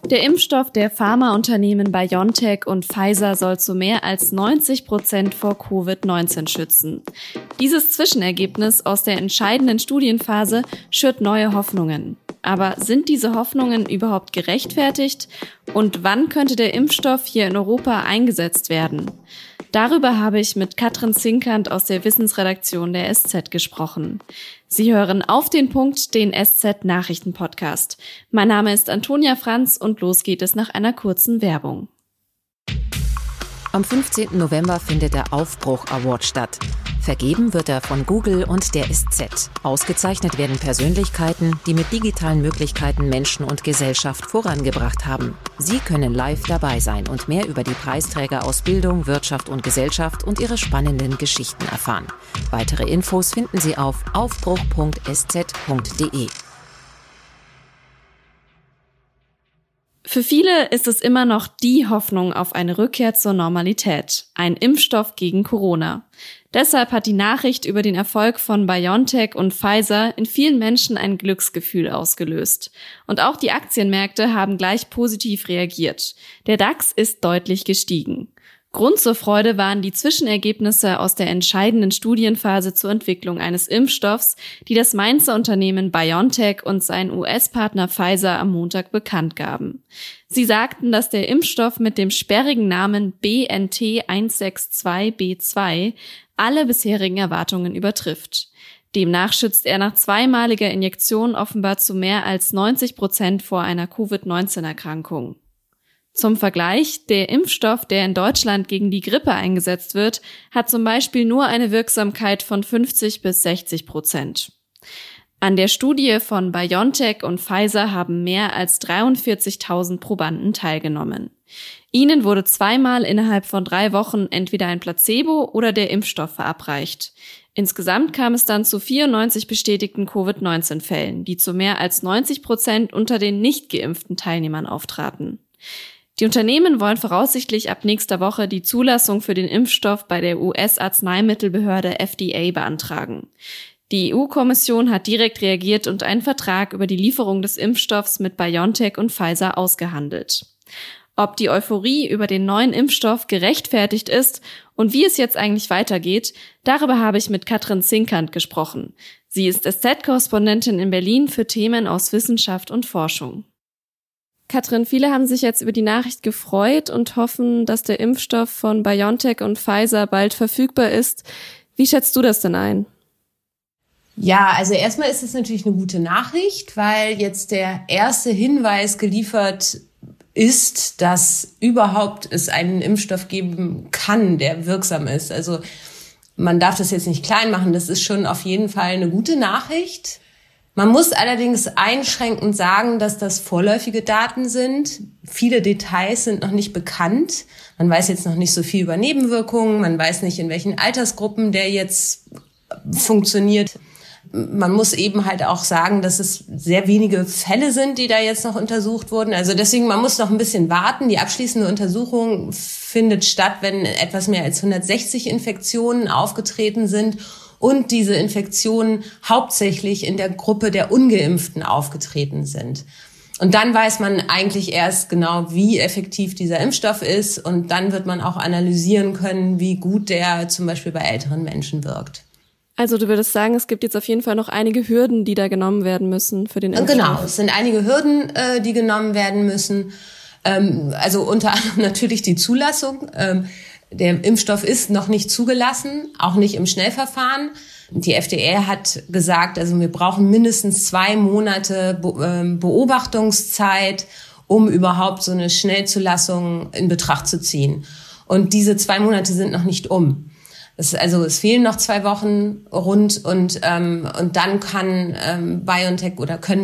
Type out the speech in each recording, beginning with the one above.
Der Impfstoff der Pharmaunternehmen BioNTech und Pfizer soll zu mehr als 90% vor Covid-19 schützen. Dieses Zwischenergebnis aus der entscheidenden Studienphase schürt neue Hoffnungen. Aber sind diese Hoffnungen überhaupt gerechtfertigt? Und wann könnte der Impfstoff hier in Europa eingesetzt werden? Darüber habe ich mit Katrin Zinkand aus der Wissensredaktion der SZ gesprochen. Sie hören auf den Punkt, den SZ-Nachrichten-Podcast. Mein Name ist Antonia Franz und los geht es nach einer kurzen Werbung. Am 15. November findet der Aufbruch Award statt. Vergeben wird er von Google und der SZ. Ausgezeichnet werden Persönlichkeiten, die mit digitalen Möglichkeiten Menschen und Gesellschaft vorangebracht haben. Sie können live dabei sein und mehr über die Preisträger aus Bildung, Wirtschaft und Gesellschaft und ihre spannenden Geschichten erfahren. Weitere Infos finden Sie auf aufbruch.sz.de. Für viele ist es immer noch die Hoffnung auf eine Rückkehr zur Normalität, ein Impfstoff gegen Corona. Deshalb hat die Nachricht über den Erfolg von BioNTech und Pfizer in vielen Menschen ein Glücksgefühl ausgelöst. Und auch die Aktienmärkte haben gleich positiv reagiert. Der DAX ist deutlich gestiegen. Grund zur Freude waren die Zwischenergebnisse aus der entscheidenden Studienphase zur Entwicklung eines Impfstoffs, die das Mainzer Unternehmen BioNTech und sein US-Partner Pfizer am Montag bekannt gaben. Sie sagten, dass der Impfstoff mit dem sperrigen Namen BNT162b2 alle bisherigen Erwartungen übertrifft. Demnach schützt er nach zweimaliger Injektion offenbar zu mehr als 90% vor einer Covid-19-Erkrankung. Zum Vergleich, der Impfstoff, der in Deutschland gegen die Grippe eingesetzt wird, hat zum Beispiel nur eine Wirksamkeit von 50-60%. An der Studie von BioNTech und Pfizer haben mehr als 43.000 Probanden teilgenommen. Ihnen wurde zweimal innerhalb von 3 Wochen entweder ein Placebo oder der Impfstoff verabreicht. Insgesamt kam es dann zu 94 bestätigten Covid-19-Fällen, die zu mehr als 90% unter den nicht geimpften Teilnehmern auftraten. Die Unternehmen wollen voraussichtlich ab nächster Woche die Zulassung für den Impfstoff bei der US-Arzneimittelbehörde FDA beantragen. Die EU-Kommission hat direkt reagiert und einen Vertrag über die Lieferung des Impfstoffs mit BioNTech und Pfizer ausgehandelt. Ob die Euphorie über den neuen Impfstoff gerechtfertigt ist und wie es jetzt eigentlich weitergeht, darüber habe ich mit Katrin Zinkand gesprochen. Sie ist SZ-Korrespondentin in Berlin für Themen aus Wissenschaft und Forschung. Katrin, viele haben sich jetzt über die Nachricht gefreut und hoffen, dass der Impfstoff von BioNTech und Pfizer bald verfügbar ist. Wie schätzt du das denn ein? Ja, also erstmal ist es natürlich eine gute Nachricht, weil jetzt der erste Hinweis geliefert ist, dass überhaupt es einen Impfstoff geben kann, der wirksam ist. Also man darf das jetzt nicht klein machen, das ist schon auf jeden Fall eine gute Nachricht. Man muss allerdings einschränkend sagen, dass das vorläufige Daten sind. Viele Details sind noch nicht bekannt. Man weiß jetzt noch nicht so viel über Nebenwirkungen. Man weiß nicht, in welchen Altersgruppen der jetzt funktioniert. Man muss eben halt auch sagen, dass es sehr wenige Fälle sind, die da jetzt noch untersucht wurden. Also deswegen, man muss noch ein bisschen warten. Die abschließende Untersuchung findet statt, wenn etwas mehr als 160 Infektionen aufgetreten sind und diese Infektionen hauptsächlich in der Gruppe der Ungeimpften aufgetreten sind. Und dann weiß man eigentlich erst genau, wie effektiv dieser Impfstoff ist. Und dann wird man auch analysieren können, wie gut der zum Beispiel bei älteren Menschen wirkt. Also du würdest sagen, es gibt jetzt auf jeden Fall noch einige Hürden, die da genommen werden müssen für den Impfstoff. Genau, es sind einige Hürden, die genommen werden müssen. Also unter anderem natürlich die Zulassung. Der Impfstoff ist noch nicht zugelassen, auch nicht im Schnellverfahren. Die FDA hat gesagt, also wir brauchen mindestens 2 Monate Beobachtungszeit, um überhaupt so eine Schnellzulassung in Betracht zu ziehen. Und diese 2 Monate sind noch nicht um. Es fehlen noch 2 Wochen rund und dann können BioNTech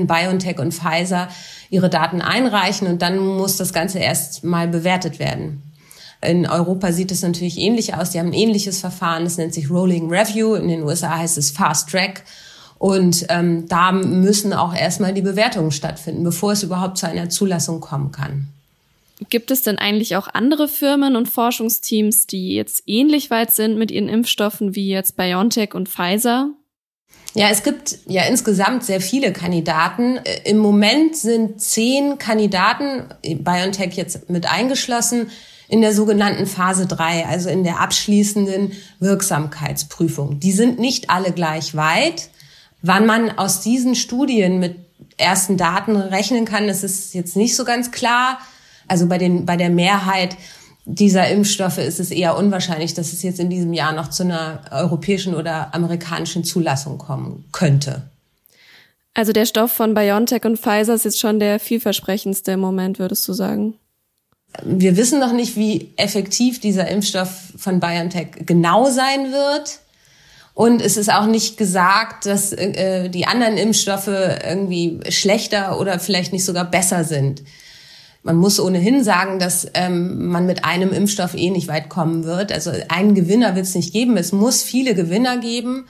und Pfizer ihre Daten einreichen und dann muss das Ganze erst mal bewertet werden. In Europa sieht es natürlich ähnlich aus. Die haben ein ähnliches Verfahren. Das nennt sich Rolling Review. In den USA heißt es Fast Track. Und da müssen auch erstmal die Bewertungen stattfinden, bevor es überhaupt zu einer Zulassung kommen kann. Gibt es denn eigentlich auch andere Firmen und Forschungsteams, die jetzt ähnlich weit sind mit ihren Impfstoffen wie jetzt BioNTech und Pfizer? Ja, es gibt ja insgesamt sehr viele Kandidaten. Im Moment sind 10 Kandidaten, BioNTech jetzt mit eingeschlossen, in der sogenannten Phase 3, also in der abschließenden Wirksamkeitsprüfung. Die sind nicht alle gleich weit. Wann man aus diesen Studien mit ersten Daten rechnen kann, das ist jetzt nicht so ganz klar. Also bei der Mehrheit dieser Impfstoffe ist es eher unwahrscheinlich, dass es jetzt in diesem Jahr noch zu einer europäischen oder amerikanischen Zulassung kommen könnte. Also der Stoff von BioNTech und Pfizer ist jetzt schon der vielversprechendste im Moment, würdest du sagen? Wir wissen noch nicht, wie effektiv dieser Impfstoff von BioNTech genau sein wird. Und es ist auch nicht gesagt, dass die anderen Impfstoffe irgendwie schlechter oder vielleicht nicht sogar besser sind. Man muss ohnehin sagen, dass man mit einem Impfstoff nicht weit kommen wird. Also einen Gewinner wird es nicht geben. Es muss viele Gewinner geben.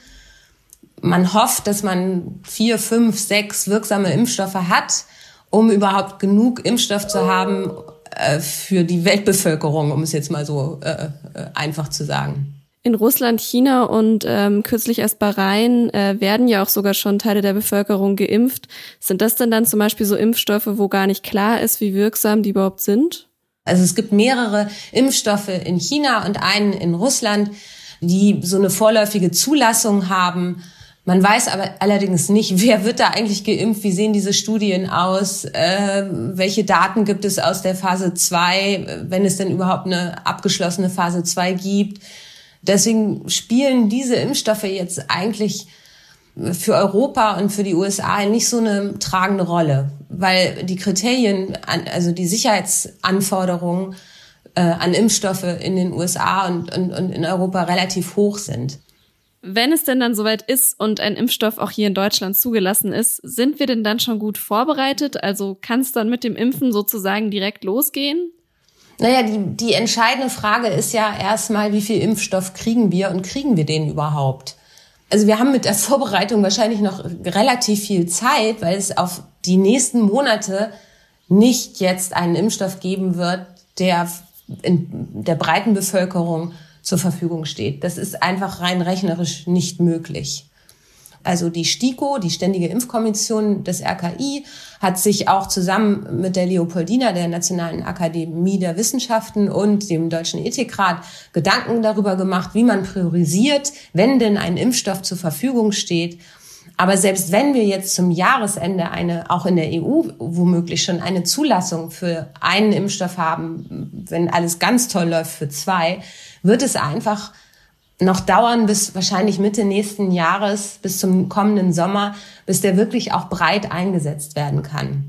Man hofft, dass man 4, 5, 6 wirksame Impfstoffe hat, um überhaupt genug Impfstoff zu haben für die Weltbevölkerung, um es jetzt mal so einfach zu sagen. In Russland, China und kürzlich erst Bahrain werden ja auch sogar schon Teile der Bevölkerung geimpft. Sind das denn dann zum Beispiel so Impfstoffe, wo gar nicht klar ist, wie wirksam die überhaupt sind? Also es gibt mehrere Impfstoffe in China und einen in Russland, die so eine vorläufige Zulassung haben. Man weiß aber allerdings nicht, wer wird da eigentlich geimpft, wie sehen diese Studien aus, welche Daten gibt es aus der Phase 2, wenn es denn überhaupt eine abgeschlossene Phase 2 gibt. Deswegen spielen diese Impfstoffe jetzt eigentlich für Europa und für die USA nicht so eine tragende Rolle, weil die Kriterien, also die Sicherheitsanforderungen an Impfstoffe in den USA und in Europa relativ hoch sind. Wenn es denn dann soweit ist und ein Impfstoff auch hier in Deutschland zugelassen ist, sind wir denn dann schon gut vorbereitet? Also kann es dann mit dem Impfen sozusagen direkt losgehen? Naja, die entscheidende Frage ist ja erstmal, wie viel Impfstoff kriegen wir und kriegen wir den überhaupt? Also wir haben mit der Vorbereitung wahrscheinlich noch relativ viel Zeit, weil es auf die nächsten Monate nicht jetzt einen Impfstoff geben wird, der in der breiten Bevölkerung zur Verfügung steht. Das ist einfach rein rechnerisch nicht möglich. Also die STIKO, die Ständige Impfkommission des RKI, hat sich auch zusammen mit der Leopoldina, der Nationalen Akademie der Wissenschaften und dem Deutschen Ethikrat Gedanken darüber gemacht, wie man priorisiert, wenn denn ein Impfstoff zur Verfügung steht. Aber selbst wenn wir jetzt zum Jahresende auch in der EU womöglich schon eine Zulassung für einen Impfstoff haben, wenn alles ganz toll läuft für 2, wird es einfach noch dauern bis wahrscheinlich Mitte nächsten Jahres, bis zum kommenden Sommer, bis der wirklich auch breit eingesetzt werden kann.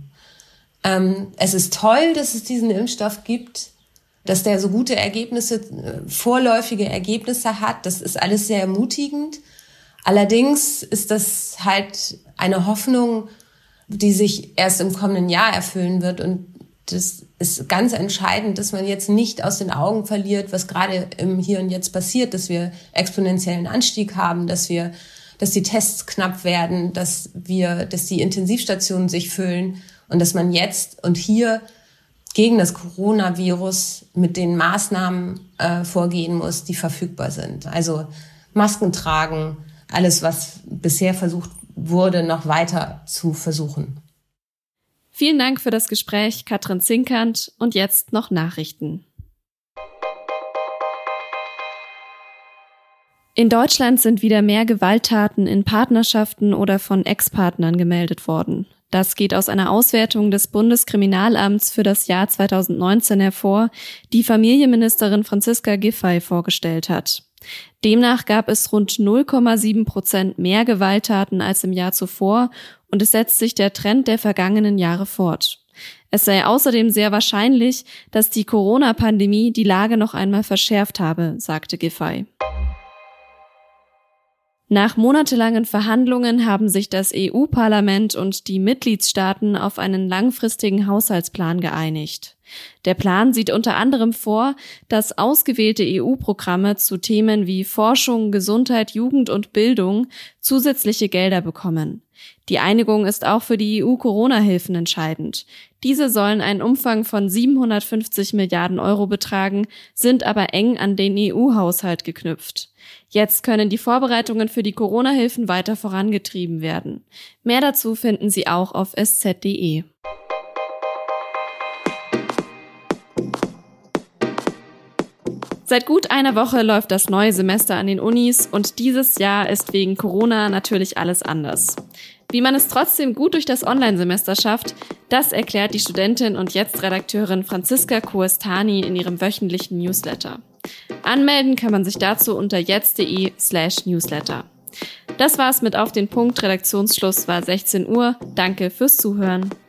Es ist toll, dass es diesen Impfstoff gibt, dass der so gute Ergebnisse, vorläufige Ergebnisse hat. Das ist alles sehr ermutigend. Allerdings ist das halt eine Hoffnung, die sich erst im kommenden Jahr erfüllen wird. Und das ist ganz entscheidend, dass man jetzt nicht aus den Augen verliert, was gerade im Hier und Jetzt passiert, dass wir exponentiellen Anstieg haben, dass die Tests knapp werden, dass die Intensivstationen sich füllen und dass man jetzt und hier gegen das Coronavirus mit den Maßnahmen vorgehen muss, die verfügbar sind. Also Masken tragen, alles, was bisher versucht wurde, noch weiter zu versuchen. Vielen Dank für das Gespräch, Katrin Zinkert. Und jetzt noch Nachrichten. In Deutschland sind wieder mehr Gewalttaten in Partnerschaften oder von Ex-Partnern gemeldet worden. Das geht aus einer Auswertung des Bundeskriminalamts für das Jahr 2019 hervor, die Familienministerin Franziska Giffey vorgestellt hat. Demnach gab es rund 0,7% mehr Gewalttaten als im Jahr zuvor und es setzt sich der Trend der vergangenen Jahre fort. Es sei außerdem sehr wahrscheinlich, dass die Corona-Pandemie die Lage noch einmal verschärft habe, sagte Giffey. Nach monatelangen Verhandlungen haben sich das EU-Parlament und die Mitgliedstaaten auf einen langfristigen Haushaltsplan geeinigt. Der Plan sieht unter anderem vor, dass ausgewählte EU-Programme zu Themen wie Forschung, Gesundheit, Jugend und Bildung zusätzliche Gelder bekommen. Die Einigung ist auch für die EU-Corona-Hilfen entscheidend. Diese sollen einen Umfang von 750 Milliarden Euro betragen, sind aber eng an den EU-Haushalt geknüpft. Jetzt können die Vorbereitungen für die Corona-Hilfen weiter vorangetrieben werden. Mehr dazu finden Sie auch auf sz.de. Seit gut einer Woche läuft das neue Semester an den Unis und dieses Jahr ist wegen Corona natürlich alles anders. Wie man es trotzdem gut durch das Online-Semester schafft, das erklärt die Studentin und jetzt Redakteurin Franziska Koestani in ihrem wöchentlichen Newsletter. Anmelden kann man sich dazu unter jetzt.de/Newsletter. Das war's mit Auf den Punkt. Redaktionsschluss war 16 Uhr. Danke fürs Zuhören.